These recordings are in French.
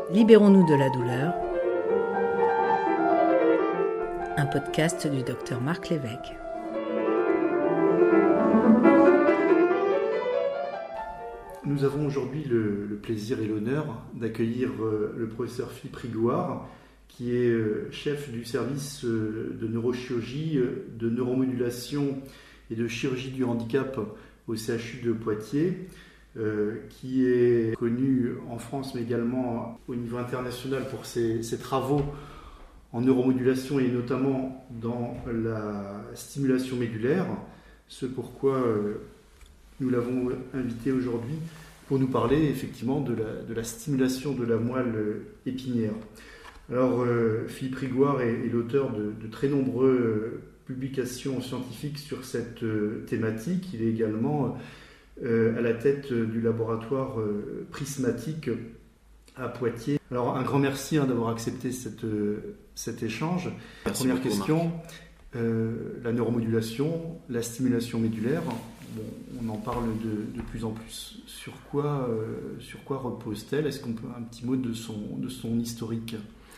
Libérons-nous de la douleur. Un podcast du docteur Marc Lévesque. Nous avons aujourd'hui le plaisir et l'honneur d'accueillir le professeur Philippe Rigouard, qui est chef du service de neurochirurgie, de neuromodulation et de chirurgie du handicap au CHU de Poitiers, qui est connu en France mais également au niveau international pour ses travaux en neuromodulation et notamment dans la stimulation médulaire, ce pourquoi nous l'avons invité aujourd'hui pour nous parler effectivement de la stimulation de la moelle épinière. Alors Philippe Rigouard est l'auteur de très nombreuses publications scientifiques sur cette thématique. Il est également à la tête du laboratoire prismatique à Poitiers. Alors un grand merci d'avoir accepté cet échange. Merci Première beaucoup, question, la neuromodulation, la stimulation médulaire, on en parle de plus en plus. Sur quoi repose-t-elle ? Est-ce qu'on peut un petit mot de son historique ?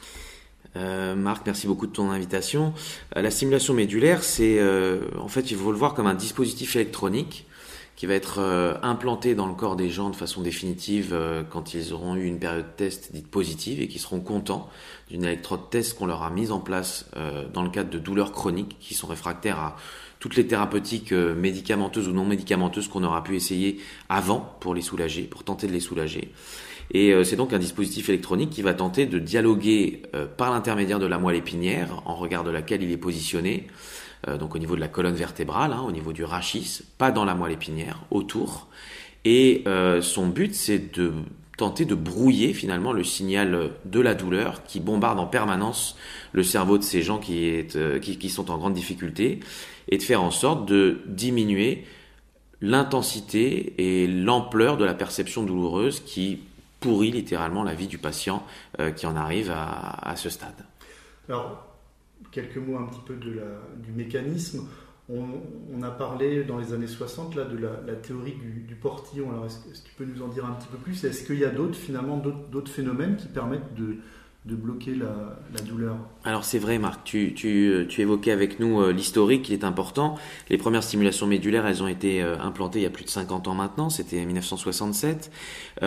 Marc, merci beaucoup de ton invitation. La stimulation médulaire, c'est en fait, il faut le voir comme un dispositif électronique qui va être implanté dans le corps des gens de façon définitive quand ils auront eu une période test dite positive et qui seront contents d'une électrode test qu'on leur a mise en place dans le cadre de douleurs chroniques qui sont réfractaires à toutes les thérapeutiques médicamenteuses ou non médicamenteuses qu'on aura pu essayer avant pour les soulager, pour tenter de les soulager. Et c'est donc un dispositif électronique qui va tenter de dialoguer par l'intermédiaire de la moelle épinière en regard de laquelle il est positionné, donc au niveau de la colonne vertébrale, au niveau du rachis, pas dans la moelle épinière, autour. Et son but, c'est de tenter de brouiller finalement le signal de la douleur qui bombarde en permanence le cerveau de ces gens qui sont en grande difficulté et de faire en sorte de diminuer l'intensité et l'ampleur de la perception douloureuse qui pourrit littéralement la vie du patient qui en arrive à ce stade. Alors, quelques mots un petit peu du mécanisme. On a parlé dans les années 60 là, de la théorie du portillon. Alors, est-ce que tu peux nous en dire un petit peu plus ? Est-ce qu'il y a d'autres phénomènes qui permettent de bloquer la douleur ? Alors c'est vrai Marc, tu évoquais avec nous l'historique qui est important. Les premières stimulations médulaires, elles ont été implantées il y a plus de 50 ans maintenant, c'était en 1967. On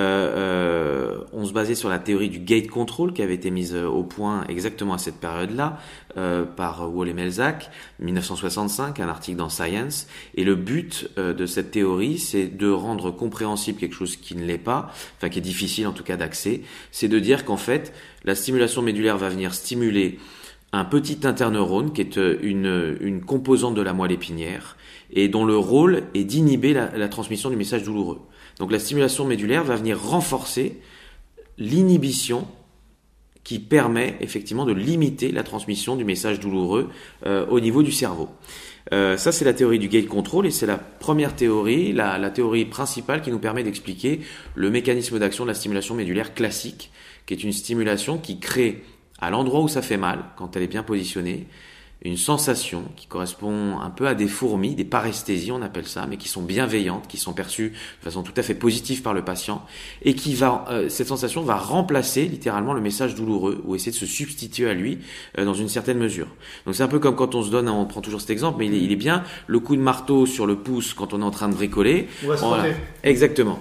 se basait sur la théorie du gate control qui avait été mise au point exactement à cette période-là par Wall et Melzack, 1965, un article dans Science. Et le but de cette théorie, c'est de rendre compréhensible quelque chose qui ne l'est pas, enfin qui est difficile en tout cas d'accès, c'est de dire qu'en fait, la stimulation médulaire va venir stimuler un petit interneurone qui est une composante de la moelle épinière et dont le rôle est d'inhiber la transmission du message douloureux. Donc la stimulation médulaire va venir renforcer l'inhibition qui permet effectivement de limiter la transmission du message douloureux au niveau du cerveau. Ça, c'est la théorie du gate control et c'est la première théorie, la théorie principale qui nous permet d'expliquer le mécanisme d'action de la stimulation médulaire classique, qui est une stimulation qui crée à l'endroit où ça fait mal, quand elle est bien positionnée, une sensation qui correspond un peu à des fourmis, des paresthésies on appelle ça, mais qui sont bienveillantes, qui sont perçues de façon tout à fait positive par le patient et cette sensation va remplacer littéralement le message douloureux ou essayer de se substituer à lui dans une certaine mesure. Donc c'est un peu comme quand on se donne, on prend toujours cet exemple, mais il est bien le coup de marteau sur le pouce quand on est en train de bricoler. On va se frotter. Exactement.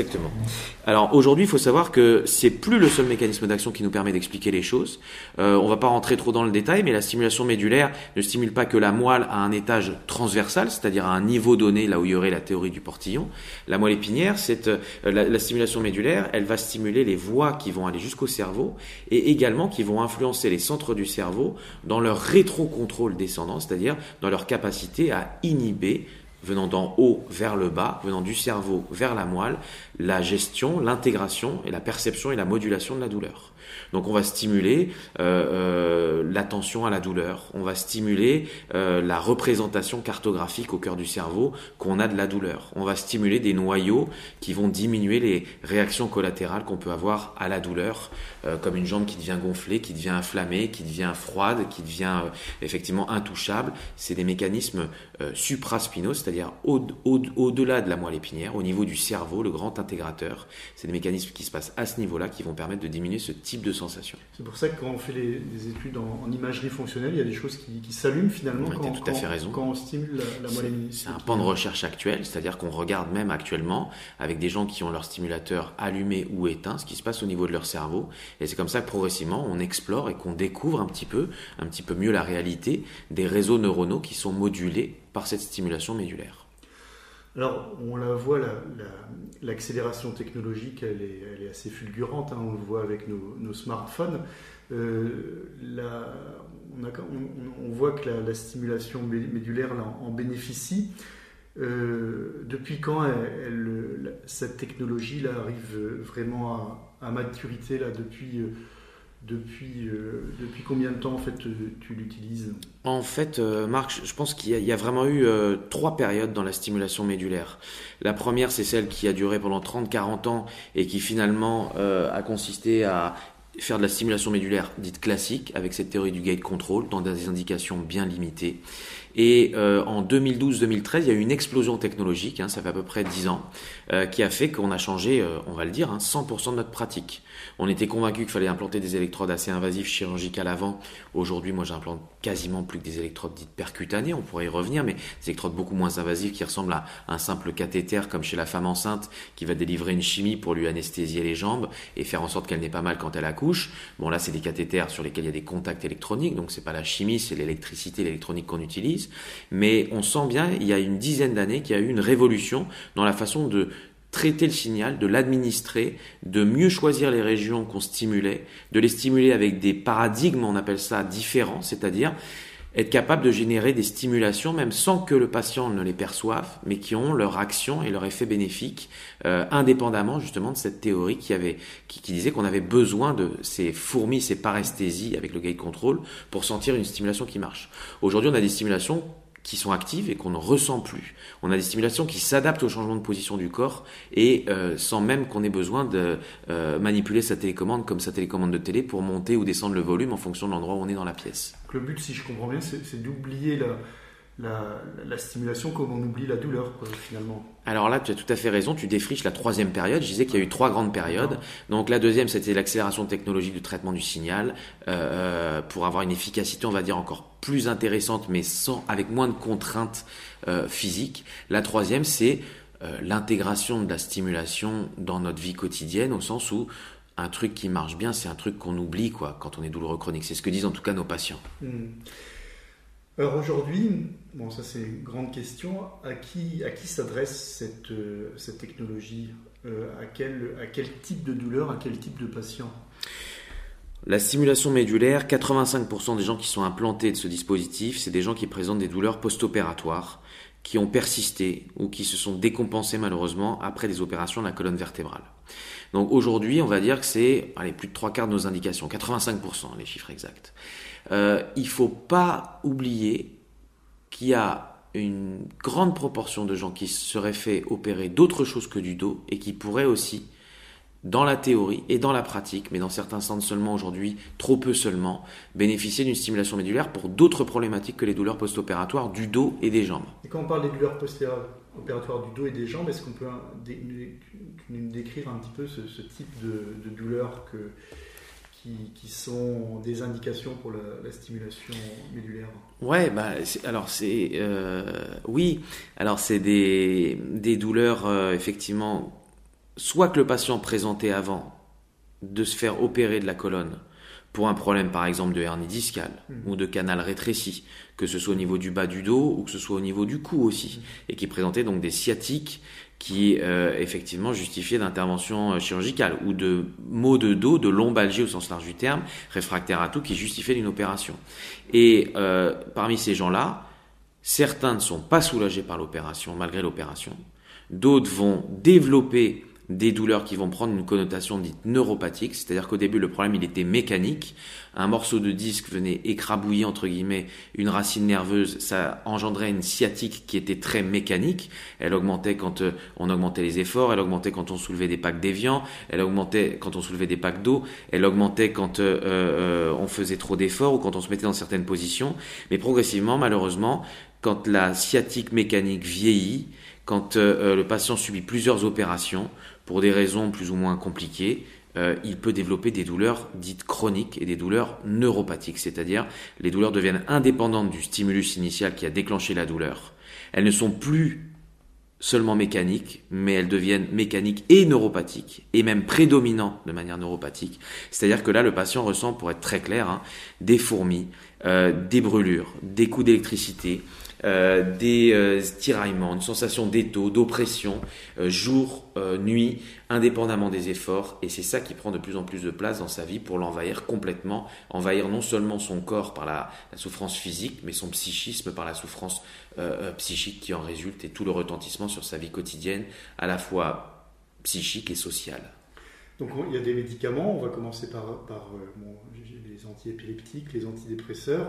Alors aujourd'hui, il faut savoir que c'est plus le seul mécanisme d'action qui nous permet d'expliquer les choses. On va pas rentrer trop dans le détail, mais la stimulation médulaire ne stimule pas que la moelle à un étage transversal, c'est-à-dire à un niveau donné, là où il y aurait la théorie du portillon. La moelle épinière, la stimulation médulaire, elle va stimuler les voies qui vont aller jusqu'au cerveau et également qui vont influencer les centres du cerveau dans leur rétrocontrôle descendant, c'est-à-dire dans leur capacité à inhiber, venant d'en haut vers le bas, venant du cerveau vers la moelle, la gestion, l'intégration et la perception et la modulation de la douleur. Donc on va stimuler l'attention à la douleur, on va stimuler la représentation cartographique au cœur du cerveau qu'on a de la douleur. On va stimuler des noyaux qui vont diminuer les réactions collatérales qu'on peut avoir à la douleur, comme une jambe qui devient gonflée, qui devient inflammée, qui devient froide, qui devient effectivement intouchable. C'est des mécanismes supraspinaux, c'est-à-dire c'est-à-dire au-delà de la moelle épinière, au niveau du cerveau, le grand intégrateur. C'est des mécanismes qui se passent à ce niveau-là qui vont permettre de diminuer ce type de sensation. C'est pour ça que quand on fait des études en imagerie fonctionnelle, il y a des choses qui s'allument finalement quand on stimule la moelle épinière. C'est un pan de recherche actuel, c'est-à-dire qu'on regarde même actuellement avec des gens qui ont leur stimulateur allumé ou éteint, ce qui se passe au niveau de leur cerveau. Et c'est comme ça que progressivement, on explore et qu'on découvre un petit peu mieux la réalité des réseaux neuronaux qui sont modulés par cette stimulation médulaire. Alors, on la voit, l'accélération technologique, elle est assez fulgurante, hein, on le voit avec nos smartphones. On voit que la stimulation médulaire là, en bénéficie. Depuis quand cette technologie là, arrive vraiment à maturité là, depuis combien de temps en fait tu l'utilises ? En fait, Marc, je pense qu'il y a vraiment eu 3 périodes dans la stimulation médulaire. La première, c'est celle qui a duré pendant 30-40 ans et qui finalement a consisté à faire de la stimulation médulaire dite classique avec cette théorie du gate control dans des indications bien limitées. Et en 2012-2013, il y a eu une explosion technologique, hein, ça fait à peu près 10 ans, qui a fait qu'on a changé, on va le dire, 100% de notre pratique. On était convaincus qu'il fallait implanter des électrodes assez invasives chirurgicales avant. Aujourd'hui, moi, j'implante quasiment plus que des électrodes dites percutanées, on pourrait y revenir, mais des électrodes beaucoup moins invasives qui ressemblent à un simple cathéter comme chez la femme enceinte qui va délivrer une chimie pour lui anesthésier les jambes et faire en sorte qu'elle n'ait pas mal quand elle accouche. Bon, là, c'est des cathéters sur lesquels il y a des contacts électroniques, donc c'est pas la chimie, c'est l'électricité, l'électronique qu'on utilise. Mais on sent bien, il y a une dizaine d'années, qu'il y a eu une révolution dans la façon de traiter le signal, de l'administrer, de mieux choisir les régions qu'on stimulait, de les stimuler avec des paradigmes, on appelle ça différents, c'est-à-dire être capable de générer des stimulations même sans que le patient ne les perçoive, mais qui ont leur action et leur effet bénéfique, indépendamment justement de cette théorie qui disait qu'on avait besoin de ces fourmis, ces paresthésies avec le gate control pour sentir une stimulation qui marche. Aujourd'hui, on a des stimulations qui sont actives et qu'on ne ressent plus. On a des stimulations qui s'adaptent au changement de position du corps et sans même qu'on ait besoin de manipuler sa télécommande comme sa télécommande de télé pour monter ou descendre le volume en fonction de l'endroit où on est dans la pièce. Donc le but, si je comprends bien, c'est d'oublier la stimulation comme on oublie la douleur, quoi, finalement. Alors là, tu as tout à fait raison, tu défriches la 3e période. Je disais qu'il y a eu 3 grandes périodes. Donc la 2e, c'était l'accélération technologique du traitement du signal pour avoir une efficacité, on va dire, encore plus intéressante, mais avec moins de contraintes physiques. La 3e, c'est l'intégration de la stimulation dans notre vie quotidienne, au sens où un truc qui marche bien, c'est un truc qu'on oublie quoi, quand on est douloureux chronique. C'est ce que disent en tout cas nos patients. Alors aujourd'hui, bon, ça c'est une grande question, à qui s'adresse cette technologie, à quel type de douleur, à quel type de patient ? La stimulation médulaire, 85% des gens qui sont implantés de ce dispositif, c'est des gens qui présentent des douleurs post-opératoires, qui ont persisté ou qui se sont décompensés malheureusement après des opérations de la colonne vertébrale. Donc aujourd'hui, on va dire que c'est plus de 3/4 de nos indications, 85% les chiffres exacts. Il ne faut pas oublier qu'il y a une grande proportion de gens qui se seraient fait opérer d'autres choses que du dos et qui pourraient aussi, dans la théorie et dans la pratique, mais dans certains centres seulement aujourd'hui, trop peu seulement, bénéficier d'une stimulation médulaire pour d'autres problématiques que les douleurs post-opératoires du dos et des jambes. Et quand on parle des douleurs post-opératoires du dos et des jambes, est-ce qu'on peut nous décrire un petit peu ce type de douleurs qui sont des indications pour la stimulation médulaire ? Ouais, c'est des douleurs effectivement, soit que le patient présentait avant de se faire opérer de la colonne pour un problème par exemple de hernie discale ou de canal rétréci, que ce soit au niveau du bas du dos ou que ce soit au niveau du cou aussi, et qui présentait donc des sciatiques qui effectivement justifiaient d'intervention chirurgicale ou de maux de dos, de lombalgie au sens large du terme, réfractaire à tout, qui justifiaient d'une opération. Et parmi ces gens-là, certains ne sont pas soulagés par l'opération, malgré l'opération. D'autres vont développer des douleurs qui vont prendre une connotation dite neuropathique, c'est-à-dire qu'au début le problème il était mécanique, un morceau de disque venait écrabouiller entre guillemets une racine nerveuse, ça engendrait une sciatique qui était très mécanique, elle augmentait quand on augmentait les efforts, elle augmentait quand on soulevait des packs déviants, elle augmentait quand on soulevait des packs d'eau, elle augmentait quand on faisait trop d'efforts ou quand on se mettait dans certaines positions, mais progressivement malheureusement quand la sciatique mécanique vieillit, quand le patient subit plusieurs opérations pour des raisons plus ou moins compliquées, il peut développer des douleurs dites chroniques et des douleurs neuropathiques, c'est-à-dire les douleurs deviennent indépendantes du stimulus initial qui a déclenché la douleur. Elles ne sont plus seulement mécaniques, mais elles deviennent mécaniques et neuropathiques, et même prédominantes de manière neuropathique. C'est-à-dire que là, le patient ressent, pour être très clair, des fourmis, des brûlures, des coups d'électricité, des tiraillements, une sensation d'étau, d'oppression, jour, nuit, indépendamment des efforts, et c'est ça qui prend de plus en plus de place dans sa vie pour l'envahir complètement, envahir non seulement son corps par la souffrance physique, mais son psychisme par la souffrance psychique qui en résulte, et tout le retentissement sur sa vie quotidienne, à la fois psychique et sociale. Donc il y a des médicaments, on va commencer par les antiépileptiques, les antidépresseurs.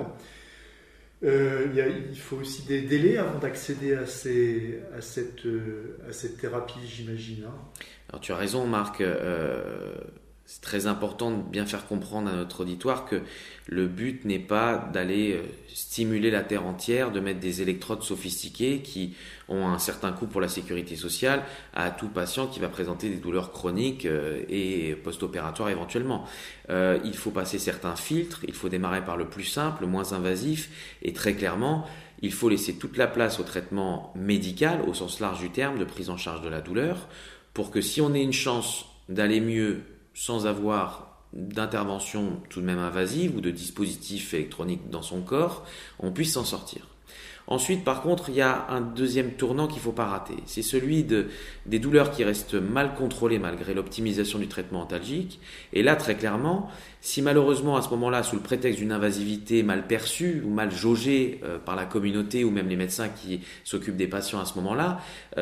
Il faut aussi des délais avant d'accéder à cette thérapie, j'imagine. Alors tu as raison, Marc. C'est très important de bien faire comprendre à notre auditoire que le but n'est pas d'aller stimuler la terre entière, de mettre des électrodes sophistiquées qui ont un certain coût pour la sécurité sociale à tout patient qui va présenter des douleurs chroniques et post-opératoires éventuellement. Il faut passer certains filtres, il faut démarrer par le plus simple, le moins invasif, et très clairement, il faut laisser toute la place au traitement médical, au sens large du terme, de prise en charge de la douleur, pour que si on ait une chance d'aller mieux sans avoir d'intervention tout de même invasive ou de dispositif électronique dans son corps, on puisse s'en sortir. Ensuite, par contre, il y a un deuxième tournant qu'il ne faut pas rater. C'est celui des douleurs qui restent mal contrôlées malgré l'optimisation du traitement antalgique. Et là, très clairement, si malheureusement à ce moment-là, sous le prétexte d'une invasivité mal perçue ou mal jaugée par la communauté ou même les médecins qui s'occupent des patients à ce moment-là,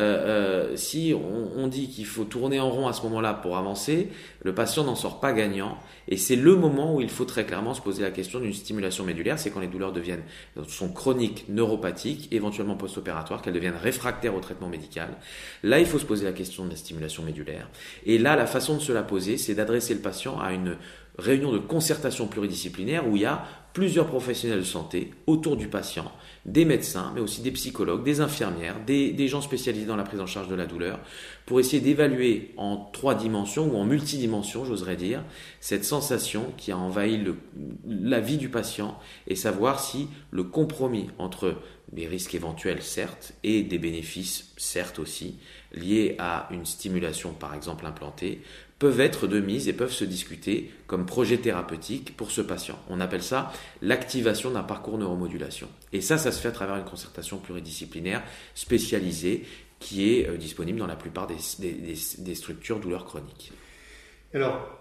si on dit qu'il faut tourner en rond à ce moment-là pour avancer, le patient n'en sort pas gagnant. Et c'est le moment où il faut très clairement se poser la question d'une stimulation médulaire. C'est quand les douleurs sont chroniques, neuropathiques, éventuellement post-opératoires, qu'elles deviennent réfractaires au traitement médical. Là, il faut se poser la question de la stimulation médulaire. Et là, la façon de se la poser, c'est d'adresser le patient à une réunion de concertation pluridisciplinaire où il y a plusieurs professionnels de santé autour du patient, des médecins, mais aussi des psychologues, des infirmières, des gens spécialisés dans la prise en charge de la douleur, pour essayer d'évaluer en 3 dimensions ou en multidimensions, j'oserais dire, cette sensation qui a envahi la vie du patient et savoir si le compromis entre des risques éventuels, certes, et des bénéfices, certes aussi, liés à une stimulation, par exemple implantée, peuvent être de mise et peuvent se discuter comme projet thérapeutique pour ce patient. On appelle ça l'activation d'un parcours neuromodulation. Et ça se fait à travers une concertation pluridisciplinaire spécialisée qui est disponible dans la plupart des structures douleurs chroniques. Alors,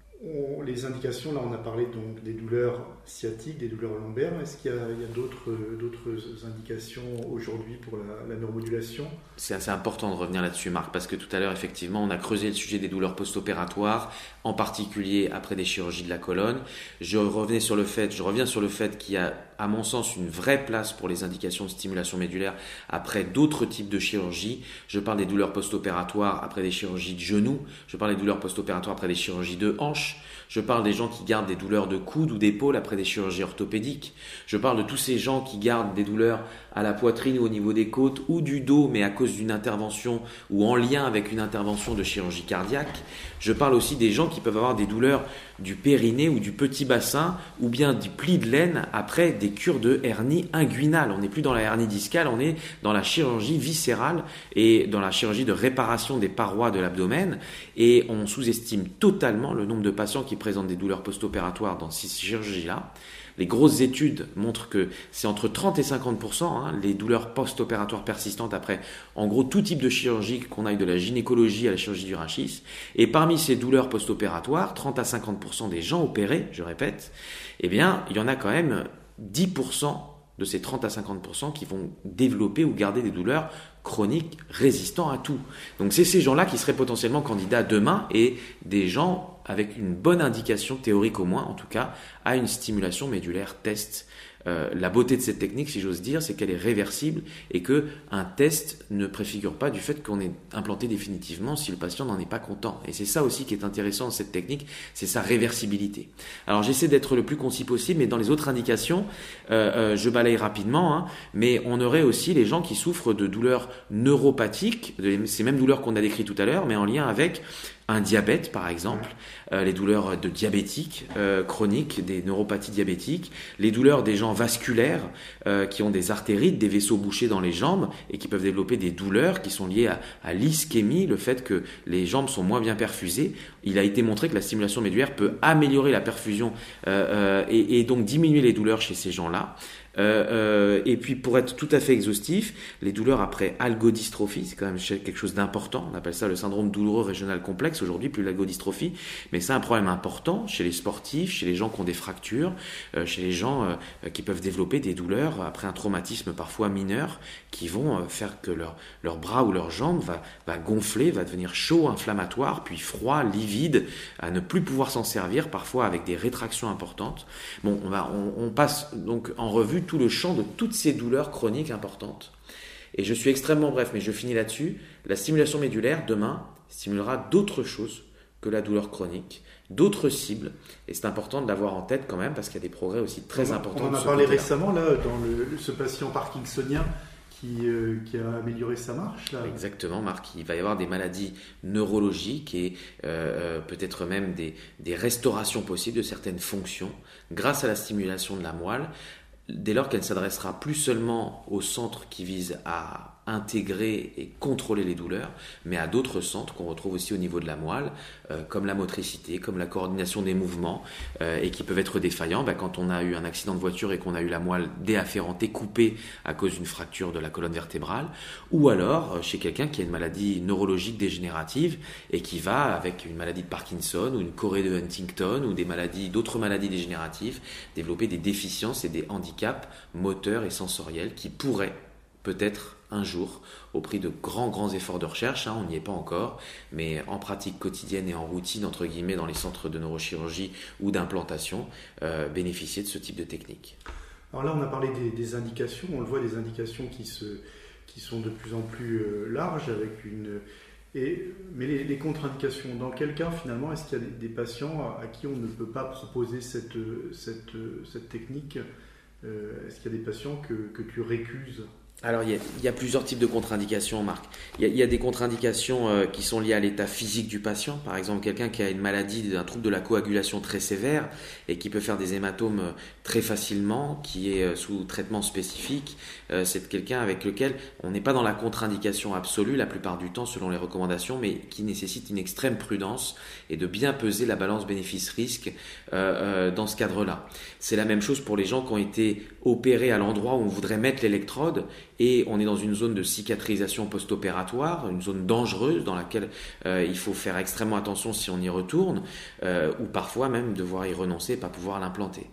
les indications, là on a parlé donc des douleurs sciatiques, des douleurs lombaires. Est-ce qu'il y a d'autres indications aujourd'hui pour la neuromodulation ? C'est assez important de revenir là-dessus, Marc, parce que tout à l'heure, effectivement, on a creusé le sujet des douleurs post-opératoires, en particulier après des chirurgies de la colonne. Je reviens sur le fait qu'il y a, à mon sens, une vraie place pour les indications de stimulation médulaire après d'autres types de chirurgies. Je parle des douleurs post-opératoires après des chirurgies de genoux. Je parle des douleurs post-opératoires après des chirurgies de hanches. Je parle des gens qui gardent des douleurs de coude ou d'épaule après des chirurgies orthopédiques. Je parle de tous ces gens qui gardent des douleurs à la poitrine ou au niveau des côtes ou du dos, mais à cause d'une intervention ou en lien avec une intervention de chirurgie cardiaque. Je parle aussi des gens qui peuvent avoir des douleurs du périnée ou du petit bassin ou bien du pli de l'aine après des cures de hernie inguinale. On n'est plus dans la hernie discale, on est dans la chirurgie viscérale et dans la chirurgie de réparation des parois de l'abdomen, et on sous-estime totalement le nombre de patients qui présentent des douleurs post-opératoires dans ces chirurgies-là. Les grosses études montrent que c'est entre 30 et 50% les douleurs post-opératoires persistantes après, en gros, tout type de chirurgie, qu'on aille de la gynécologie à la chirurgie du rachis. Et parmi ces douleurs post-opératoires, 30 à 50% des gens opérés, je répète, eh bien, il y en a quand même 10% de ces 30 à 50% qui vont développer ou garder des douleurs chroniques résistant à tout. Donc c'est ces gens-là qui seraient potentiellement candidats demain, et des gens avec une bonne indication théorique au moins, en tout cas, à une stimulation médulaire test La beauté de cette technique, si j'ose dire, c'est qu'elle est réversible et qu'un test ne préfigure pas du fait qu'on est implanté définitivement si le patient n'en est pas content. Et c'est ça aussi qui est intéressant dans cette technique, c'est sa réversibilité. Alors j'essaie d'être le plus concis possible, mais dans les autres indications, je balaye rapidement, hein, mais on aurait aussi les gens qui souffrent de douleurs neuropathiques, ces mêmes douleurs qu'on a décrites tout à l'heure, mais en lien avec un diabète par exemple, les douleurs de diabétiques chroniques, des neuropathies diabétiques, les douleurs des gens vasculaires qui ont des artérites, des vaisseaux bouchés dans les jambes et qui peuvent développer des douleurs qui sont liées à l'ischémie, le fait que les jambes sont moins bien perfusées. Il a été montré que la stimulation médulaire peut améliorer la perfusion et donc diminuer les douleurs chez ces gens-là. Et puis pour être tout à fait exhaustif, les douleurs après algodystrophie, c'est quand même quelque chose d'important. On appelle ça le syndrome douloureux régional complexe aujourd'hui, plus l'algodystrophie, mais c'est un problème important chez les sportifs, chez les gens qui ont des fractures, chez les gens qui peuvent développer des douleurs après un traumatisme parfois mineur, qui vont faire que leur bras ou leur jambe va gonfler, va devenir chaud, inflammatoire, puis froid, livide, à ne plus pouvoir s'en servir, parfois avec des rétractions importantes. Bon, on passe donc en revue tout le champ de toutes ces douleurs chroniques importantes. Et je suis extrêmement bref, mais je finis là-dessus. La stimulation médulaire, demain, stimulera d'autres choses que la douleur chronique, d'autres cibles, et c'est important de l'avoir en tête quand même, parce qu'il y a des progrès aussi très importants. On en a parlé récemment, là, dans ce patient parkinsonien qui a amélioré sa marche. Là. Exactement, Marc. Il va y avoir des maladies neurologiques et peut-être même des restaurations possibles de certaines fonctions grâce à la stimulation de la moelle, dès lors qu'elle s'adressera plus seulement au centre qui vise à intégrer et contrôler les douleurs, mais à d'autres centres qu'on retrouve aussi au niveau de la moelle, comme la motricité, comme la coordination des mouvements, et qui peuvent être défaillants. Quand on a eu un accident de voiture et qu'on a eu la moelle déafferentée, coupée à cause d'une fracture de la colonne vertébrale, ou alors chez quelqu'un qui a une maladie neurologique dégénérative et qui va, avec une maladie de Parkinson ou une chorée de Huntington ou d'autres maladies dégénératives, développer des déficiences et des handicaps moteurs et sensoriels qui pourraient peut-être un jour, au prix de grands efforts de recherche, on n'y est pas encore, mais en pratique quotidienne et en routine, entre guillemets, dans les centres de neurochirurgie ou d'implantation, bénéficier de ce type de technique. Alors là, on a parlé des indications, on le voit, des indications qui sont de plus en plus larges, mais les contre-indications, dans quel cas finalement est-ce qu'il y a des patients à qui on ne peut pas proposer cette technique? Est-ce qu'il y a des patients que tu récuses? Alors, il y a plusieurs types de contre-indications, Marc. Il y a des contre-indications qui sont liées à l'état physique du patient. Par exemple, quelqu'un qui a une maladie, un trouble de la coagulation très sévère et qui peut faire des hématomes très facilement, qui est sous traitement spécifique. C'est quelqu'un avec lequel on n'est pas dans la contre-indication absolue la plupart du temps selon les recommandations, mais qui nécessite une extrême prudence et de bien peser la balance bénéfice-risque dans ce cadre-là. C'est la même chose pour les gens qui ont été opérés à l'endroit où on voudrait mettre l'électrode et on est dans une zone de cicatrisation post-opératoire, une zone dangereuse dans laquelle il faut faire extrêmement attention si on y retourne, ou parfois même devoir y renoncer et pas pouvoir l'implanter.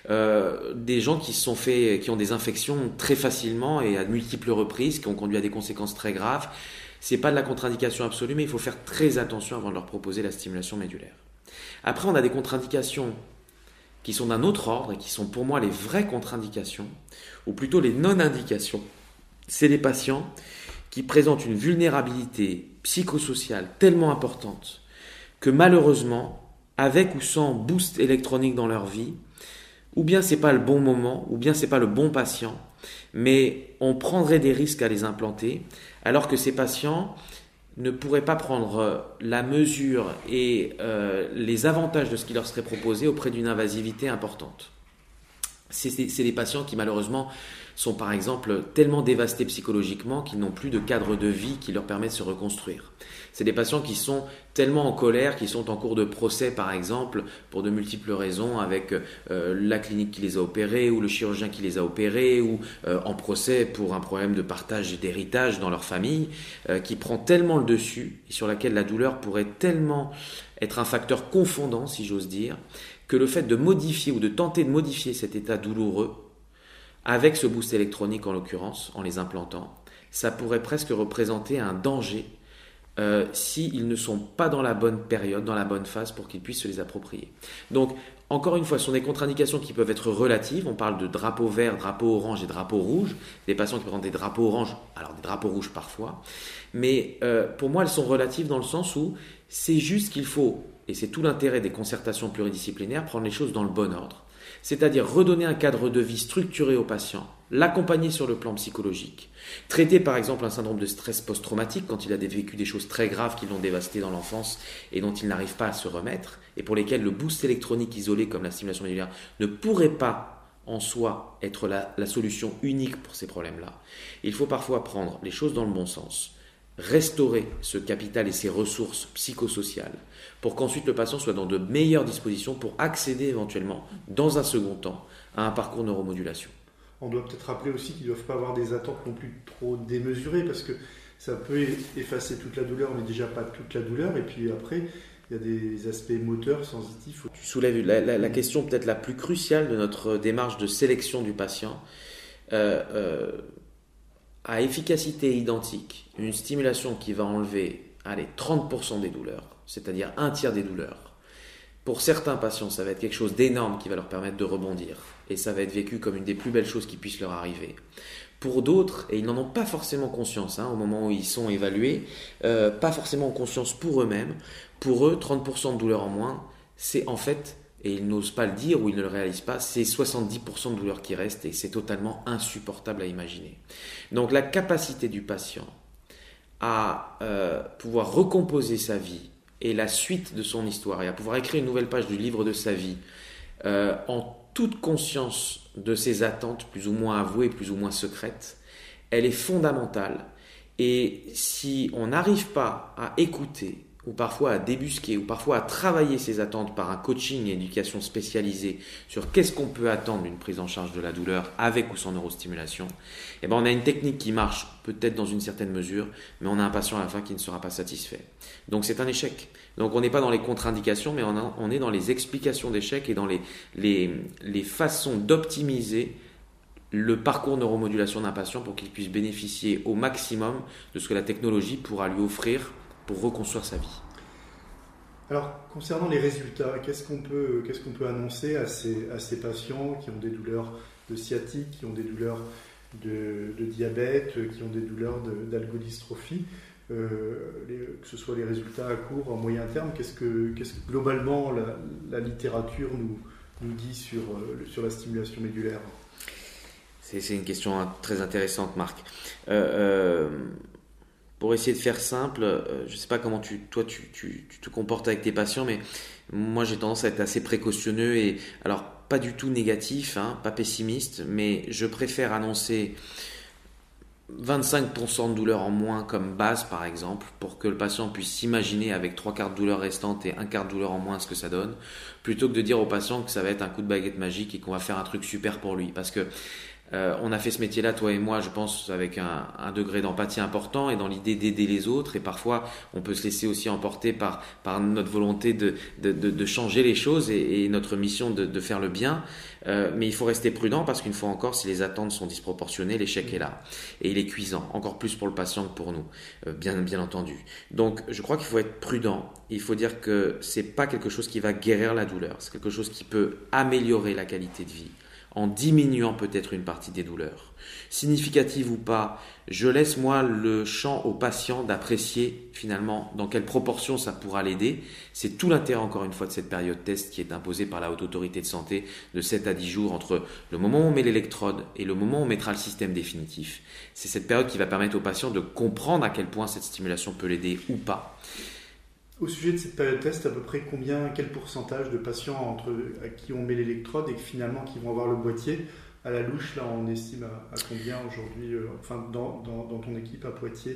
Des gens qui ont des infections très facilement et à de multiples reprises, qui ont conduit à des conséquences très graves, c'est pas de la contre-indication absolue, mais il faut faire très attention avant de leur proposer la stimulation médulaire. Après, on a des contre-indications qui sont d'un autre ordre et qui sont pour moi les vraies contre-indications, ou plutôt les non-indications. C'est les patients qui présentent une vulnérabilité psychosociale tellement importante que malheureusement, avec ou sans boost électronique dans leur vie, ou bien c'est pas le bon moment, ou bien c'est pas le bon patient, mais on prendrait des risques à les implanter, alors que ces patients ne pourraient pas prendre la mesure et les avantages de ce qui leur serait proposé auprès d'une invasivité importante. C'est des patients qui malheureusement sont par exemple tellement dévastés psychologiquement qu'ils n'ont plus de cadre de vie qui leur permet de se reconstruire. C'est des patients qui sont tellement en colère, qui sont en cours de procès par exemple, pour de multiples raisons, avec la clinique qui les a opérés, ou le chirurgien qui les a opérés, ou en procès pour un problème de partage et d'héritage dans leur famille, qui prend tellement le dessus, et sur laquelle la douleur pourrait tellement être un facteur confondant, si j'ose dire, que le fait de modifier ou de tenter de modifier cet état douloureux, avec ce boost électronique en l'occurrence, en les implantant, ça pourrait presque représenter un danger s'ils ne sont pas dans la bonne période, dans la bonne phase pour qu'ils puissent se les approprier. Donc, encore une fois, ce sont des contre-indications qui peuvent être relatives. On parle de drapeau vert, drapeau orange et drapeau rouge. Des patients qui présentent des drapeaux orange, alors des drapeaux rouges parfois. Mais pour moi, elles sont relatives dans le sens où c'est juste qu'il faut, et c'est tout l'intérêt des concertations pluridisciplinaires, prendre les choses dans le bon ordre. C'est-à-dire redonner un cadre de vie structuré au patient, l'accompagner sur le plan psychologique, traiter par exemple un syndrome de stress post-traumatique quand il a vécu des choses très graves qui l'ont dévasté dans l'enfance et dont il n'arrive pas à se remettre, et pour lesquelles le boost électronique isolé comme la stimulation médulaire ne pourrait pas en soi être la solution unique pour ces problèmes-là. Il faut parfois prendre les choses dans le bon sens, restaurer ce capital et ses ressources psychosociales pour qu'ensuite le patient soit dans de meilleures dispositions pour accéder éventuellement, dans un second temps, à un parcours neuromodulation. On doit peut-être rappeler aussi qu'ils ne doivent pas avoir des attentes non plus trop démesurées parce que ça peut effacer toute la douleur, mais déjà pas toute la douleur. Et puis après, il y a des aspects moteurs, sensitifs. Tu soulèves la question peut-être la plus cruciale de notre démarche de sélection du patient. À efficacité identique, une stimulation qui va enlever 30% des douleurs, c'est-à-dire un tiers des douleurs. Pour certains patients, ça va être quelque chose d'énorme qui va leur permettre de rebondir. Et ça va être vécu comme une des plus belles choses qui puissent leur arriver. Pour d'autres, et ils n'en ont pas forcément conscience au moment où ils sont évalués, pas forcément conscience pour eux-mêmes, pour eux, 30% de douleur en moins, c'est en fait, et ils n'osent pas le dire ou ils ne le réalisent pas, c'est 70% de douleur qui reste et c'est totalement insupportable à imaginer. Donc la capacité du patient à pouvoir recomposer sa vie et la suite de son histoire et à pouvoir écrire une nouvelle page du livre de sa vie en toute conscience de ses attentes plus ou moins avouées, plus ou moins secrètes, elle est fondamentale. Et si on n'arrive pas à écouter ou parfois à débusquer, ou parfois à travailler ses attentes par un coaching et éducation spécialisée sur qu'est-ce qu'on peut attendre d'une prise en charge de la douleur avec ou sans neurostimulation, et on a une technique qui marche peut-être dans une certaine mesure, mais on a un patient à la fin qui ne sera pas satisfait. Donc c'est un échec. Donc on n'est pas dans les contre-indications, mais on est dans les explications d'échec et dans les façons d'optimiser le parcours neuromodulation d'un patient pour qu'il puisse bénéficier au maximum de ce que la technologie pourra lui offrir pour reconstruire sa vie. Alors, concernant les résultats, qu'est-ce qu'on peut annoncer à ces patients qui ont des douleurs de sciatique, qui ont des douleurs de diabète, qui ont des douleurs d'algodystrophie, que ce soit les résultats à court, à moyen terme, qu'est-ce que globalement la littérature nous dit sur la stimulation médulaire ? C'est une question très intéressante, Marc. Pour essayer de faire simple, je ne sais pas comment tu te comportes avec tes patients, mais moi j'ai tendance à être assez précautionneux et alors pas du tout négatif, pas pessimiste, mais je préfère annoncer 25% de douleur en moins comme base par exemple, pour que le patient puisse s'imaginer avec 3/4 de douleur restante et 1/4 de douleur en moins ce que ça donne, plutôt que de dire au patient que ça va être un coup de baguette magique et qu'on va faire un truc super pour lui. Parce que on a fait ce métier-là, toi et moi, je pense, avec un degré d'empathie important et dans l'idée d'aider les autres. Et parfois, on peut se laisser aussi emporter par notre volonté de changer les choses et notre mission de faire le bien. Mais il faut rester prudent parce qu'une fois encore, si les attentes sont disproportionnées, l'échec est là. Et il est cuisant, encore plus pour le patient que pour nous, bien entendu. Donc, je crois qu'il faut être prudent. Il faut dire que c'est pas quelque chose qui va guérir la douleur. C'est quelque chose qui peut améliorer la qualité de vie en diminuant peut-être une partie des douleurs. Significative ou pas, je laisse moi le champ au patient d'apprécier finalement dans quelle proportion ça pourra l'aider. C'est tout l'intérêt encore une fois de cette période test qui est imposée par la Haute Autorité de Santé de 7 à 10 jours entre le moment où on met l'électrode et le moment où on mettra le système définitif. C'est cette période qui va permettre au patient de comprendre à quel point cette stimulation peut l'aider ou pas. Au sujet de cette période test, à peu près quel pourcentage de patients à qui on met l'électrode et finalement qui vont avoir le boîtier à la louche, là on estime à combien aujourd'hui, dans ton équipe à Poitiers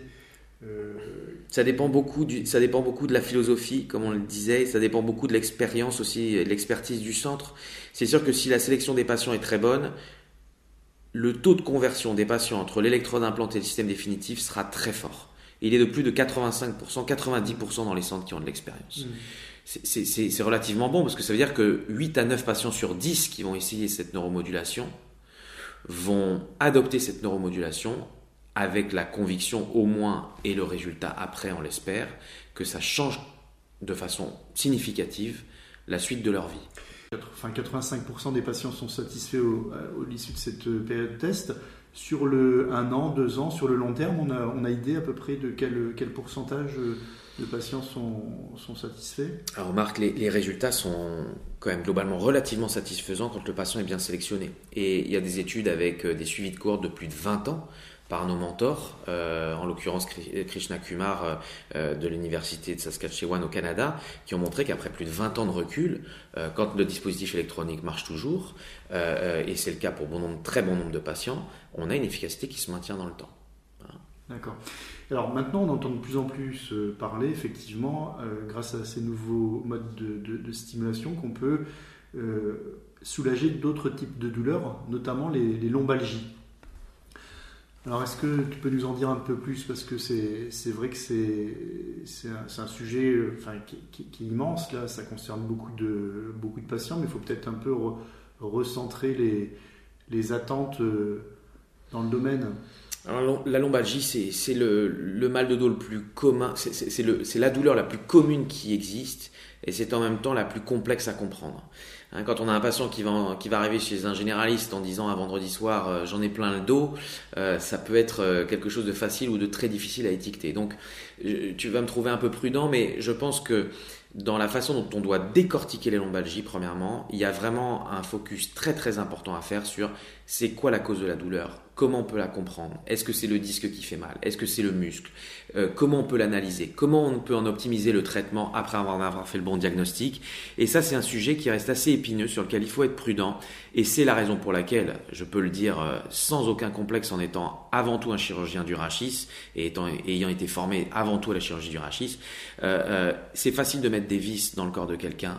Ça dépend beaucoup de la philosophie, comme on le disait, ça dépend beaucoup de l'expérience aussi, de l'expertise du centre. C'est sûr que si la sélection des patients est très bonne, le taux de conversion des patients entre l'électrode implantée et le système définitif sera très fort. Il est de plus de 85%, 90% dans les centres qui ont de l'expérience. C'est relativement bon parce que ça veut dire que 8 à 9 patients sur 10 qui vont essayer cette neuromodulation vont adopter cette neuromodulation avec la conviction au moins, et le résultat après on l'espère, que ça change de façon significative la suite de leur vie. 85% des patients sont satisfaits à l'issue de cette période de test. Sur le 1 an, 2 ans, sur le long terme, on a idée à peu près de quel pourcentage de patients sont satisfaits? Alors Marc, les résultats sont quand même globalement relativement satisfaisants quand le patient est bien sélectionné. Et il y a des études avec des suivis de cohorte de plus de 20 ans par nos mentors, en l'occurrence Krishna Kumar de l'université de Saskatchewan au Canada, qui ont montré qu'après plus de 20 ans de recul, quand le dispositif électronique marche toujours, et c'est le cas pour très bon nombre de patients, on a une efficacité qui se maintient dans le temps. Voilà. D'accord. Alors maintenant, on entend de plus en plus parler, effectivement, grâce à ces nouveaux modes de stimulation, qu'on peut soulager d'autres types de douleurs, notamment les lombalgies. Alors, est-ce que tu peux nous en dire un peu plus? Parce que c'est vrai que c'est un sujet qui est immense. Là, ça concerne beaucoup de patients, mais il faut peut-être un peu recentrer les attentes dans le domaine. Alors, la lombalgie, c'est le mal de dos le plus commun, c'est la douleur la plus commune qui existe, et c'est en même temps la plus complexe à comprendre. Quand on a un patient qui va arriver chez un généraliste en disant un vendredi soir j'en ai plein le dos, ça peut être quelque chose de facile ou de très difficile à étiqueter. Donc tu vas me trouver un peu prudent, mais je pense que dans la façon dont on doit décortiquer les lombalgies, premièrement, il y a vraiment un focus très très important à faire sur c'est quoi la cause de la douleur, comment on peut la comprendre, est-ce que c'est le disque qui fait mal, est-ce que c'est le muscle, comment on peut l'analyser, comment on peut en optimiser le traitement après avoir fait le bon diagnostic. Et ça, c'est un sujet qui reste assez épineux, sur lequel il faut être prudent, et c'est la raison pour laquelle, je peux le dire sans aucun complexe, en étant avant tout un chirurgien du rachis et ayant été formé avant tout à la chirurgie du rachis, c'est facile de mettre des vis dans le corps de quelqu'un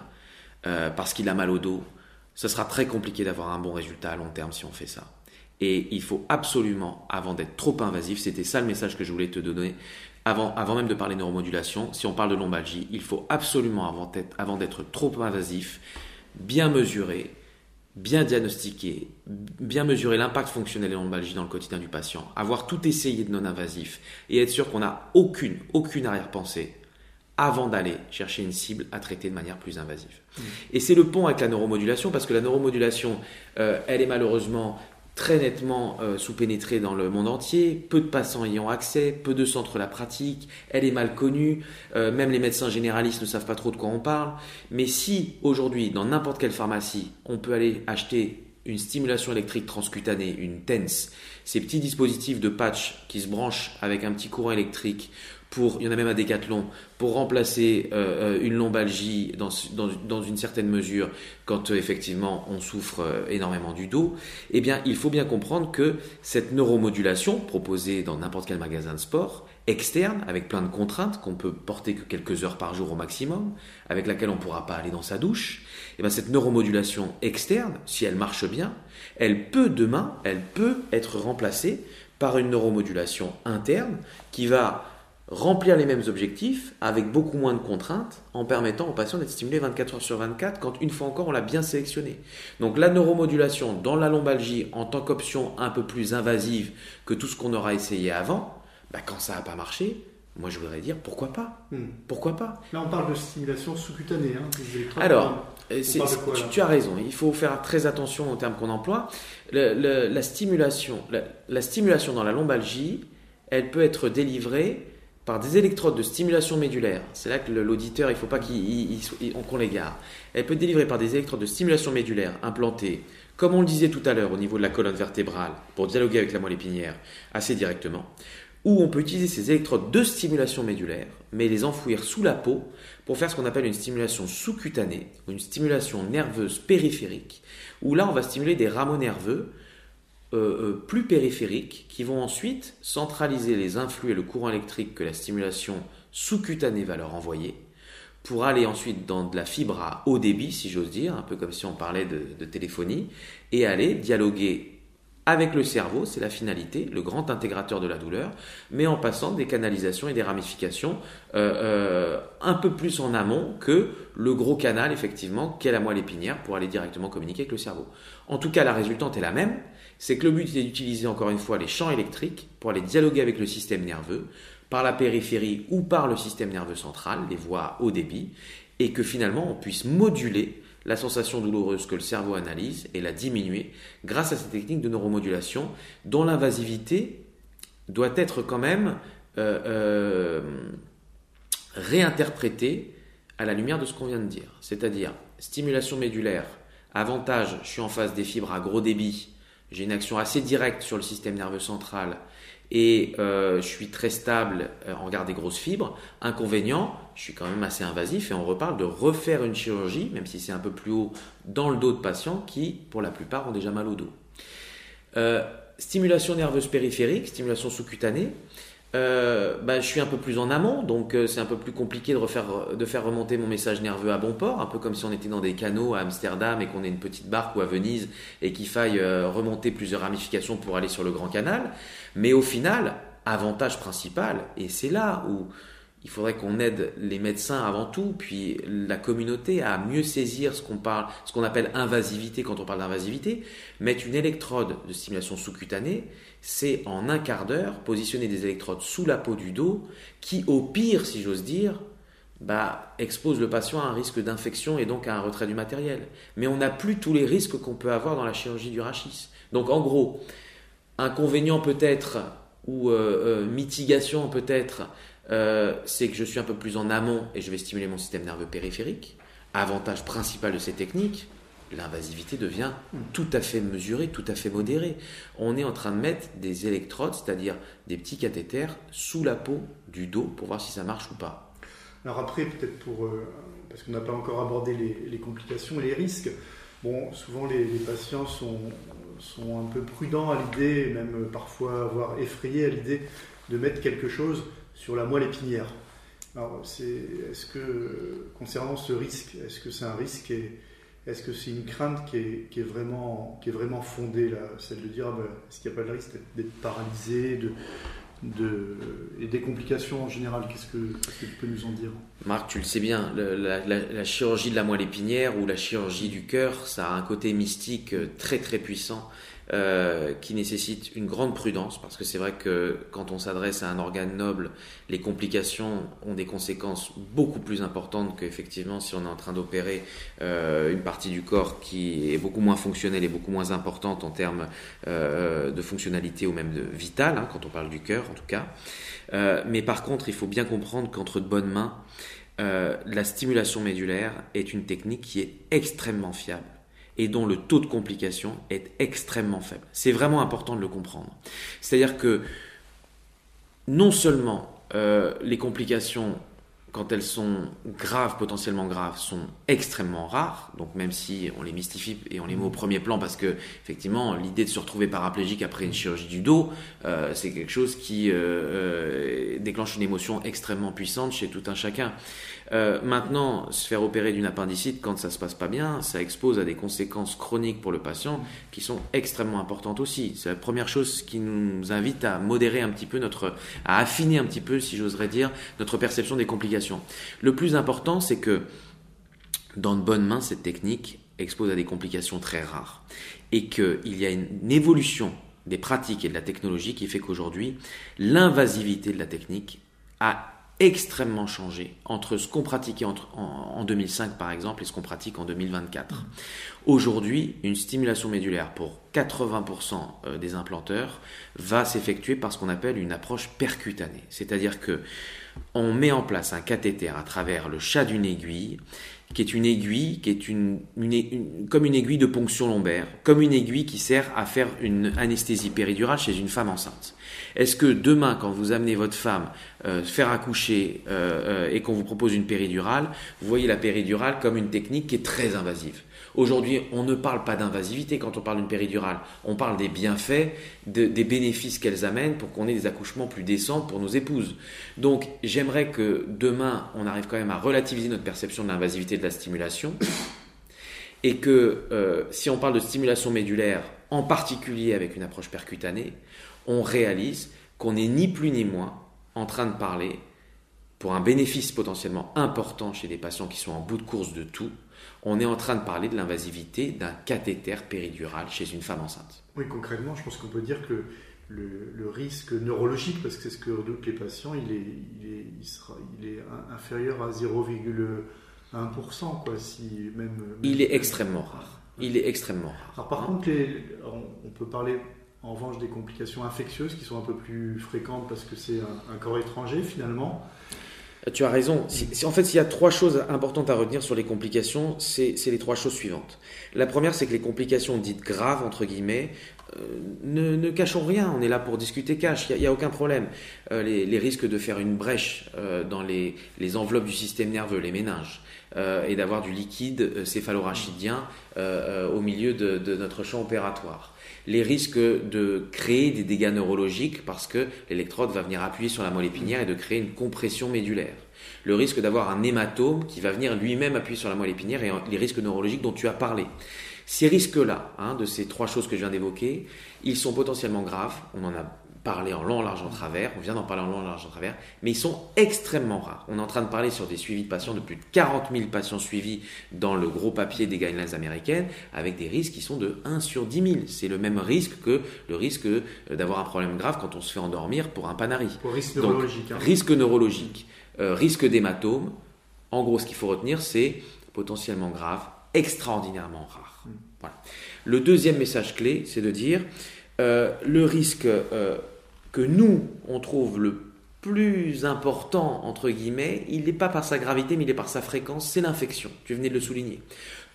parce qu'il a mal au dos. Ce sera très compliqué d'avoir un bon résultat à long terme si on fait ça. Et il faut absolument, avant d'être trop invasif, c'était ça le message que je voulais te donner, avant même de parler neuromodulation, si on parle de lombalgie, il faut absolument, avant d'être trop invasif, bien mesurer, bien diagnostiquer, bien mesurer l'impact fonctionnel de la lombalgie dans le quotidien du patient, avoir tout essayé de non-invasif et être sûr qu'on n'a aucune arrière-pensée avant d'aller chercher une cible à traiter de manière plus invasive. Et c'est le pont avec la neuromodulation, parce que la neuromodulation, elle est malheureusement très nettement sous-pénétrée dans le monde entier, peu de patients y ont accès, peu de centres la pratiquent, elle est mal connue, même les médecins généralistes ne savent pas trop de quoi on parle. Mais si aujourd'hui, dans n'importe quelle pharmacie, on peut aller acheter une stimulation électrique transcutanée, une TENS, ces petits dispositifs de patch qui se branchent avec un petit courant électrique, il y en a même à Decathlon, pour remplacer une lombalgie dans une certaine mesure quand effectivement on souffre énormément du dos, eh bien il faut bien comprendre que cette neuromodulation proposée dans n'importe quel magasin de sport, externe, avec plein de contraintes qu'on peut porter que quelques heures par jour au maximum, avec laquelle on ne pourra pas aller dans sa douche, eh bien cette neuromodulation externe, si elle marche bien, elle peut être remplacée par une neuromodulation interne qui va remplir les mêmes objectifs avec beaucoup moins de contraintes en permettant aux patients d'être stimulés 24 heures sur 24 quand une fois encore on l'a bien sélectionné. Donc la neuromodulation dans la lombalgie en tant qu'option un peu plus invasive que tout ce qu'on aura essayé avant, quand ça n'a pas marché, moi je voudrais dire pourquoi pas. Pourquoi pas. Là on parle de stimulation sous-cutanée. Alors, tu as raison, il faut faire très attention aux termes qu'on emploie. La stimulation dans la lombalgie, elle peut être délivrée par des électrodes de stimulation médulaire. C'est là que l'auditeur, il ne faut pas qu'on l'égare. Elle peut être délivrée par des électrodes de stimulation médulaire implantées, comme on le disait tout à l'heure, au niveau de la colonne vertébrale, pour dialoguer avec la moelle épinière assez directement. Ou on peut utiliser ces électrodes de stimulation médulaire, mais les enfouir sous la peau pour faire ce qu'on appelle une stimulation sous-cutanée, ou une stimulation nerveuse périphérique, où là on va stimuler des rameaux nerveux plus périphériques qui vont ensuite centraliser les influx et le courant électrique que la stimulation sous-cutanée va leur envoyer pour aller ensuite dans de la fibre à haut débit, si j'ose dire, un peu comme si on parlait de téléphonie, et aller dialoguer avec le cerveau, c'est la finalité, le grand intégrateur de la douleur, mais en passant des canalisations et des ramifications un peu plus en amont que le gros canal, effectivement, qu'est la moelle épinière pour aller directement communiquer avec le cerveau. En tout cas, la résultante est la même, c'est que le but est d'utiliser encore une fois les champs électriques pour aller dialoguer avec le système nerveux, par la périphérie ou par le système nerveux central, les voies haut débit, et que finalement on puisse moduler la sensation douloureuse que le cerveau analyse et la diminuer grâce à ces techniques de neuromodulation dont l'invasivité doit être quand même réinterprétée à la lumière de ce qu'on vient de dire. C'est-à-dire stimulation médulaire, avantage, je suis en face des fibres à gros débit, j'ai une action assez directe sur le système nerveux central et je suis très stable en regard des grosses fibres. Inconvénient, je suis quand même assez invasif et on reparle de refaire une chirurgie, même si c'est un peu plus haut, dans le dos de patients qui, pour la plupart, ont déjà mal au dos. Stimulation nerveuse périphérique, stimulation sous-cutanée, je suis un peu plus en amont, donc c'est un peu plus compliqué de faire remonter mon message nerveux à bon port, un peu comme si on était dans des canaux à Amsterdam et qu'on ait une petite barque ou à Venise et qu'il faille remonter plusieurs ramifications pour aller sur le grand canal. Mais au final, avantage principal, et c'est là où il faudrait qu'on aide les médecins avant tout, puis la communauté à mieux saisir ce qu'on appelle invasivité quand on parle d'invasivité. Mettre une électrode de stimulation sous-cutanée, c'est en un quart d'heure positionner des électrodes sous la peau du dos qui, au pire, si j'ose dire, expose le patient à un risque d'infection et donc à un retrait du matériel. Mais on n'a plus tous les risques qu'on peut avoir dans la chirurgie du rachis. Donc en gros, inconvénient peut-être ou mitigation peut-être, c'est que je suis un peu plus en amont et je vais stimuler mon système nerveux périphérique. Avantage principal de ces techniques, l'invasivité devient tout à fait mesurée, tout à fait modérée. On est en train de mettre des électrodes, c'est-à-dire des petits cathéters sous la peau du dos pour voir si ça marche ou pas. Alors après, peut-être parce qu'on n'a pas encore abordé les complications et les risques, souvent les patients sont un peu prudents à l'idée, même parfois voire effrayés à l'idée de mettre quelque chose sur la moelle épinière. Alors, est-ce que, concernant ce risque, est-ce que c'est un risque et est-ce que c'est une crainte qui est vraiment fondée, là, celle de dire, est-ce qu'il n'y a pas le risque d'être paralysé et des complications en général? Qu'est-ce que tu peux nous en dire? Marc, tu le sais bien, la chirurgie de la moelle épinière ou la chirurgie du cœur, ça a un côté mystique très très puissant. Qui nécessite une grande prudence, parce que c'est vrai que quand on s'adresse à un organe noble, les complications ont des conséquences beaucoup plus importantes qu'effectivement si on est en train d'opérer une partie du corps qui est beaucoup moins fonctionnelle et beaucoup moins importante en termes de fonctionnalité ou même de vitale, quand on parle du cœur en tout cas. Mais par contre, il faut bien comprendre qu'entre de bonnes mains, la stimulation médulaire est une technique qui est extrêmement fiable et dont le taux de complication est extrêmement faible. C'est vraiment important de le comprendre. C'est-à-dire que non seulement les complications, quand elles sont graves, potentiellement graves, sont extrêmement rares, donc même si on les mystifie et on les met au premier plan, parce que effectivement l'idée de se retrouver paraplégique après une chirurgie du dos, c'est quelque chose qui déclenche une émotion extrêmement puissante chez tout un chacun. Maintenant, se faire opérer d'une appendicite quand ça se passe pas bien, ça expose à des conséquences chroniques pour le patient qui sont extrêmement importantes aussi. C'est la première chose qui nous invite à modérer un petit peu à affiner un petit peu, si j'oserais dire, notre perception des complications. Le plus important, c'est que dans de bonnes mains, cette technique expose à des complications très rares et qu'il y a une évolution des pratiques et de la technologie qui fait qu'aujourd'hui, l'invasivité de la technique a extrêmement changé entre ce qu'on pratiquait en 2005 par exemple et ce qu'on pratique en 2024. Aujourd'hui, une stimulation médulaire pour 80% des implanteurs va s'effectuer par ce qu'on appelle une approche percutanée. C'est-à-dire que on met en place un cathéter à travers le chat d'une aiguille, qui est une aiguille, qui est comme une aiguille de ponction lombaire, comme une aiguille qui sert à faire une anesthésie péridurale chez une femme enceinte. Est-ce que demain, quand vous amenez votre femme faire accoucher et qu'on vous propose une péridurale, vous voyez la péridurale comme une technique qui est très invasive? Aujourd'hui, on ne parle pas d'invasivité quand on parle d'une péridurale. On parle des bienfaits, des bénéfices qu'elles amènent pour qu'on ait des accouchements plus décents pour nos épouses. Donc, j'aimerais que demain, on arrive quand même à relativiser notre perception de l'invasivité de la stimulation et que si on parle de stimulation médulaire en particulier avec une approche percutanée, on réalise qu'on n'est ni plus ni moins en train de parler, pour un bénéfice potentiellement important chez des patients qui sont en bout de course de tout, on est en train de parler de l'invasivité d'un cathéter péridural chez une femme enceinte. Oui, concrètement, je pense qu'on peut dire que le risque neurologique, parce que c'est ce que redoutent les patients, il est inférieur à 0,1%, quoi, si même il est extrêmement rare. Il est extrêmement rare. Alors, par contre, on peut parler en revanche des complications infectieuses qui sont un peu plus fréquentes parce que c'est un corps étranger finalement. Tu as raison. En fait, s'il y a 3 choses importantes à retenir sur les complications, c'est les 3 choses suivantes. La première, c'est que les complications dites graves, entre guillemets, ne cachons rien. On est là pour discuter cash. Il n'y a aucun problème. Les risques de faire une brèche dans les enveloppes du système nerveux, les méninges, et d'avoir du liquide céphalorachidien au milieu de notre champ opératoire. Les risques de créer des dégâts neurologiques parce que l'électrode va venir appuyer sur la moelle épinière et de créer une compression médulaire. Le risque d'avoir un hématome qui va venir lui-même appuyer sur la moelle épinière et les risques neurologiques dont tu as parlé. Ces risques-là, de ces 3 choses que je viens d'évoquer, ils sont potentiellement graves. On en a parlé en long, en large, en travers. On vient d'en parler en long, en large, en travers. Mais ils sont extrêmement rares. On est en train de parler sur des suivis de patients, de plus de 40 000 patients suivis dans le gros papier des guidelines américaines, avec des risques qui sont de 1 sur 10 000. C'est le même risque que le risque d'avoir un problème grave quand on se fait endormir pour un panari. Pour risque neurologique. Donc, risque neurologique, risque d'hématome. En gros, ce qu'il faut retenir, c'est potentiellement grave, extraordinairement rare. Voilà. Le deuxième message clé, c'est de dire le risque que nous, on trouve le plus important, entre guillemets, il n'est pas par sa gravité, mais il est par sa fréquence, c'est l'infection. Tu venais de le souligner. Pourquoi ?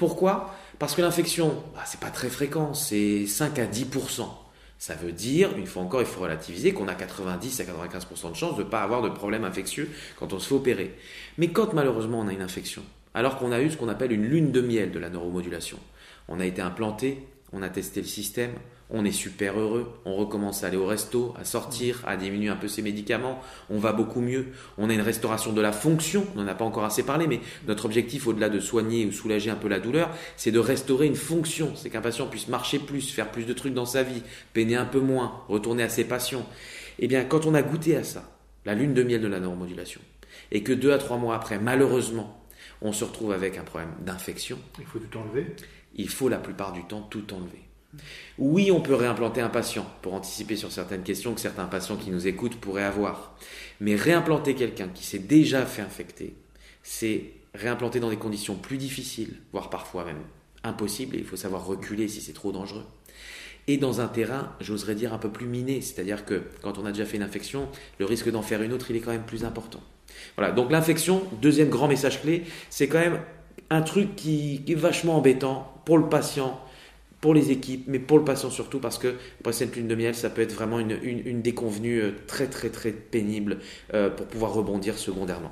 Parce que l'infection, c'est pas très fréquent, c'est 5 à 10%. Ça veut dire, une fois encore, il faut relativiser, qu'on a 90 à 95% de chances de ne pas avoir de problème infectieux quand on se fait opérer. Mais quand malheureusement on a une infection, alors qu'on a eu ce qu'on appelle une lune de miel de la neuromodulation, on a été implanté, on a testé le système, on est super heureux, on recommence à aller au resto, à sortir, à diminuer un peu ses médicaments, on va beaucoup mieux, on a une restauration de la fonction, on n'en a pas encore assez parlé, mais notre objectif au-delà de soigner ou soulager un peu la douleur, c'est de restaurer une fonction, c'est qu'un patient puisse marcher plus, faire plus de trucs dans sa vie, peiner un peu moins, retourner à ses passions. Eh bien, quand on a goûté à ça, la lune de miel de la neuromodulation, et que 2 à 3 mois après, malheureusement, on se retrouve avec un problème d'infection, il faut tout enlever. Il faut la plupart du temps tout enlever. Oui, on peut réimplanter un patient pour anticiper sur certaines questions que certains patients qui nous écoutent pourraient avoir. Mais réimplanter quelqu'un qui s'est déjà fait infecter, c'est réimplanter dans des conditions plus difficiles, voire parfois même impossibles, et il faut savoir reculer si c'est trop dangereux. Et dans un terrain, j'oserais dire, un peu plus miné, c'est-à-dire que quand on a déjà fait une infection, le risque d'en faire une autre, il est quand même plus important. Voilà, donc l'infection, deuxième grand message clé, c'est quand même un truc qui est vachement embêtant pour le patient, pour les équipes, mais pour le patient surtout, parce que après cette lune de miel, ça peut être vraiment une déconvenue très très très pénible pour pouvoir rebondir secondairement.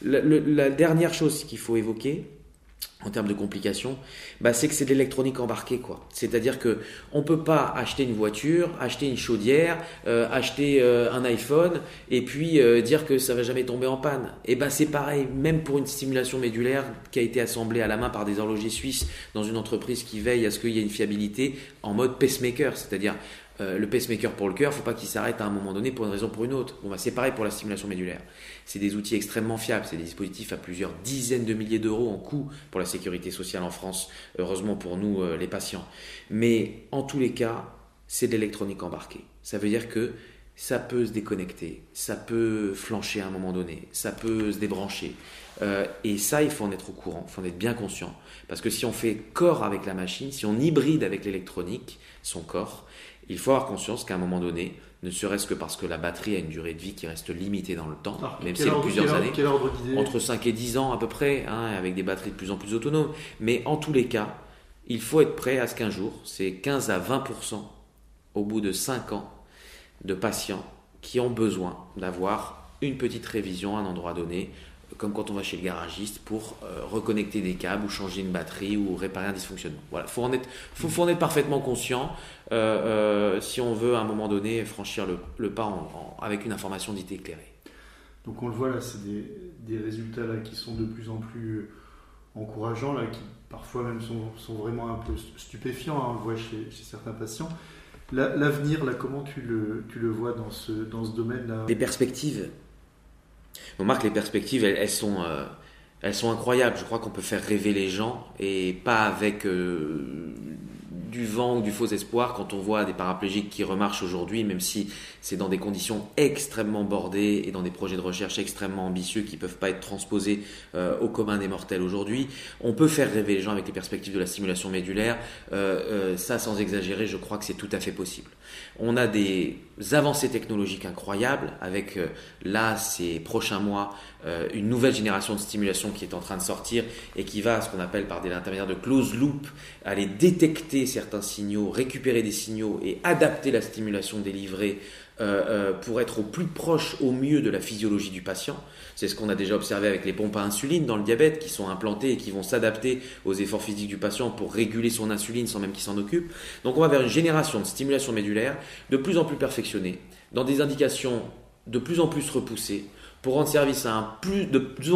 La dernière chose qu'il faut évoquer en termes de complications, c'est que c'est de l'électronique embarquée, quoi. C'est-à-dire que on peut pas acheter une voiture, acheter une chaudière, acheter un iPhone et puis dire que ça va jamais tomber en panne. Et c'est pareil, même pour une stimulation médulaire qui a été assemblée à la main par des horlogers suisses dans une entreprise qui veille à ce qu'il y ait une fiabilité en mode pacemaker, c'est-à-dire le pacemaker pour le cœur, il ne faut pas qu'il s'arrête à un moment donné pour une raison ou pour une autre. C'est pareil pour la stimulation médulaire. C'est des outils extrêmement fiables, c'est des dispositifs à plusieurs dizaines de milliers d'euros en coût pour la sécurité sociale en France, heureusement pour nous les patients. Mais en tous les cas, c'est de l'électronique embarquée. Ça veut dire que ça peut se déconnecter, ça peut flancher à un moment donné, ça peut se débrancher. Et ça, il faut en être au courant, il faut en être bien conscient. Parce que si on fait corps avec la machine, si on hybride avec l'électronique, son corps, il faut avoir conscience qu'à un moment donné, ne serait-ce que parce que la batterie a une durée de vie qui reste limitée dans le temps, même si elle a plusieurs années, entre 5 et 10 ans à peu près, avec des batteries de plus en plus autonomes. Mais en tous les cas, il faut être prêt à ce qu'un jour, c'est 15 à 20% au bout de 5 ans de patients qui ont besoin d'avoir une petite révision à un endroit donné, comme quand on va chez le garagiste pour reconnecter des câbles ou changer une batterie ou réparer un dysfonctionnement. Voilà, faut en être parfaitement conscient si on veut à un moment donné franchir le pas avec une information dite éclairée. Donc on le voit là, c'est des résultats là qui sont de plus en plus encourageants là, qui parfois même sont vraiment un peu stupéfiants, hein, on le voit chez certains patients. L'avenir, là, comment tu le vois dans ce domaine-là? Les perspectives. On remarque les perspectives, elles sont incroyables. Je crois qu'on peut faire rêver les gens et pas avec du vent ou du faux espoir quand on voit des paraplégiques qui remarchent aujourd'hui, même si c'est dans des conditions extrêmement bordées et dans des projets de recherche extrêmement ambitieux qui ne peuvent pas être transposés au commun des mortels aujourd'hui. On peut faire rêver les gens avec les perspectives de la stimulation médulaire. Ça, sans exagérer, je crois que c'est tout à fait possible. On a des avancées technologiques incroyables avec, là, ces prochains mois, une nouvelle génération de stimulation qui est en train de sortir et qui va, ce qu'on appelle par l'intermédiaire de close loop, aller détecter certains signaux, récupérer des signaux et adapter la stimulation délivrée pour être au plus proche, au mieux de la physiologie du patient. C'est ce qu'on a déjà observé avec les pompes à insuline dans le diabète qui sont implantées et qui vont s'adapter aux efforts physiques du patient pour réguler son insuline sans même qu'il s'en occupe. Donc on va vers une génération de stimulation médulaire de plus en plus perfectionnée, dans des indications de plus en plus repoussées, pour rendre service à de plus en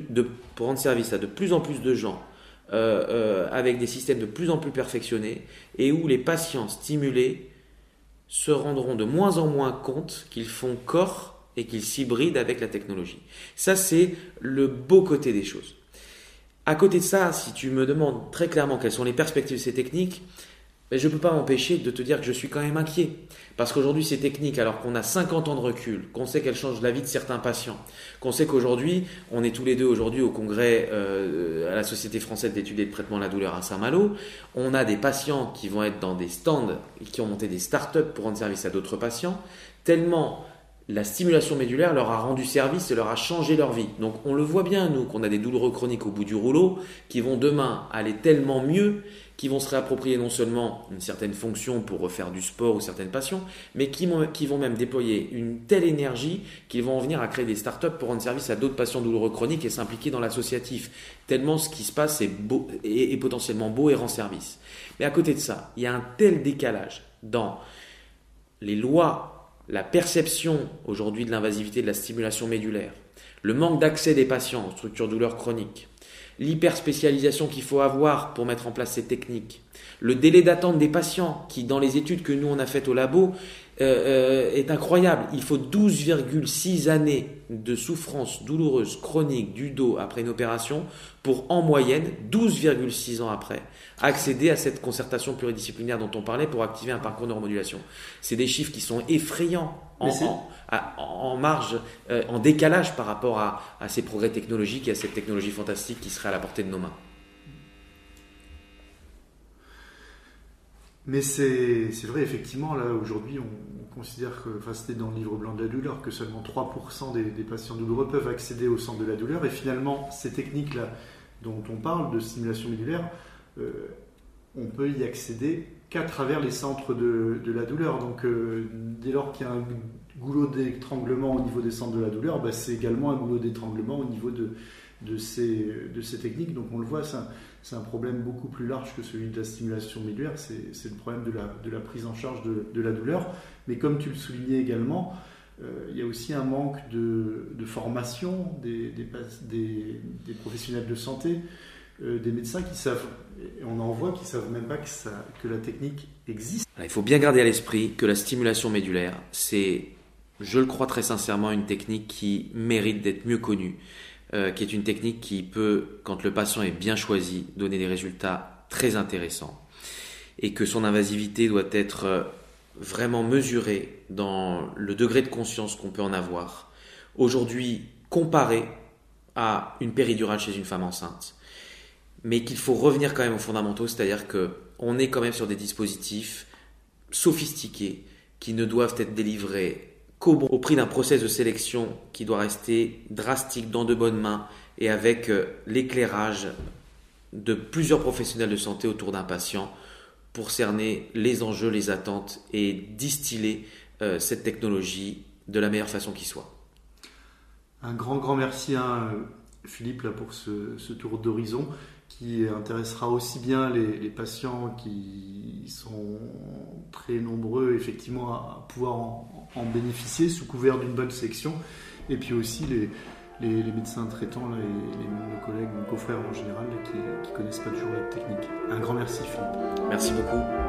plus de gens avec des systèmes de plus en plus perfectionnés et où les patients stimulés se rendront de moins en moins compte qu'ils font corps et qu'ils s'hybrident avec la technologie. Ça, c'est le beau côté des choses. À côté de ça, si tu me demandes très clairement quelles sont les perspectives de ces techniques, je ne peux pas m'empêcher de te dire que je suis quand même inquiet. Parce qu'aujourd'hui, ces techniques, alors qu'on a 50 ans de recul, qu'on sait qu'elles changent la vie de certains patients, qu'on sait qu'aujourd'hui, on est tous les deux aujourd'hui au congrès à la Société française d'études et de traitement de la douleur à Saint-Malo, on a des patients qui vont être dans des stands, qui ont monté des startups pour rendre service à d'autres patients, tellement la stimulation médulaire leur a rendu service et leur a changé leur vie. Donc on le voit bien, nous, qu'on a des douloureux chroniques au bout du rouleau, qui vont demain aller tellement mieux, qui vont se réapproprier non seulement une certaine fonction pour refaire du sport ou certaines passions, mais qui vont même déployer une telle énergie qu'ils vont en venir à créer des startups pour rendre service à d'autres patients douloureux chroniques et s'impliquer dans l'associatif. Tellement ce qui se passe est beau, est potentiellement beau et rend service. Mais à côté de ça, il y a un tel décalage dans les lois, la perception aujourd'hui de l'invasivité de la stimulation médulaire, le manque d'accès des patients aux structures douleurs chroniques, l'hyperspécialisation qu'il faut avoir pour mettre en place ces techniques, le délai d'attente des patients qui, dans les études que nous on a faites au labo, est incroyable. Il faut 12,6 années de souffrance douloureuse chronique du dos après une opération pour, en moyenne, 12,6 ans après, accéder à cette concertation pluridisciplinaire dont on parlait pour activer un parcours de neuromodulation. C'est des chiffres qui sont effrayants en marge, en décalage par rapport à ces progrès technologiques et à cette technologie fantastique qui serait à la portée de nos mains. Mais c'est vrai, effectivement, là, aujourd'hui, on considère que, enfin, c'était dans le livre blanc de la douleur, que seulement 3% des patients douloureux peuvent accéder au centre de la douleur. Et finalement, ces techniques-là dont on parle, de stimulation médulaire, on peut y accéder qu'à travers les centres de la douleur. Donc, dès lors qu'il y a un goulot d'étranglement au niveau des centres de la douleur, c'est également un goulot d'étranglement au niveau de ces techniques. Donc, on le voit, c'est un problème beaucoup plus large que celui de la stimulation médulaire. C'est le problème de la prise en charge de la douleur. Mais comme tu le soulignais également, il y a aussi un manque de formation des professionnels de santé, des médecins qui savent, et on en voit qui ne savent même pas que la technique existe. Alors, il faut bien garder à l'esprit que la stimulation médulaire, c'est, je le crois très sincèrement, une technique qui mérite d'être mieux connue, qui est une technique qui peut, quand le patient est bien choisi, donner des résultats très intéressants et que son invasivité doit être vraiment mesurée dans le degré de conscience qu'on peut en avoir. Aujourd'hui, comparé à une péridurale chez une femme enceinte, mais qu'il faut revenir quand même aux fondamentaux, c'est-à-dire qu'on est quand même sur des dispositifs sophistiqués qui ne doivent être délivrés au prix d'un process de sélection qui doit rester drastique, dans de bonnes mains et avec l'éclairage de plusieurs professionnels de santé autour d'un patient pour cerner les enjeux, les attentes et distiller cette technologie de la meilleure façon qui soit. Un grand merci Philippe là, pour ce tour d'horizon qui intéressera aussi bien les patients qui sont très nombreux effectivement à pouvoir en bénéficier sous couvert d'une bonne sélection, et puis aussi les médecins traitants là, et nos collègues, nos confrères en général là, qui connaissent pas toujours la technique. Un grand merci Philippe. Merci beaucoup.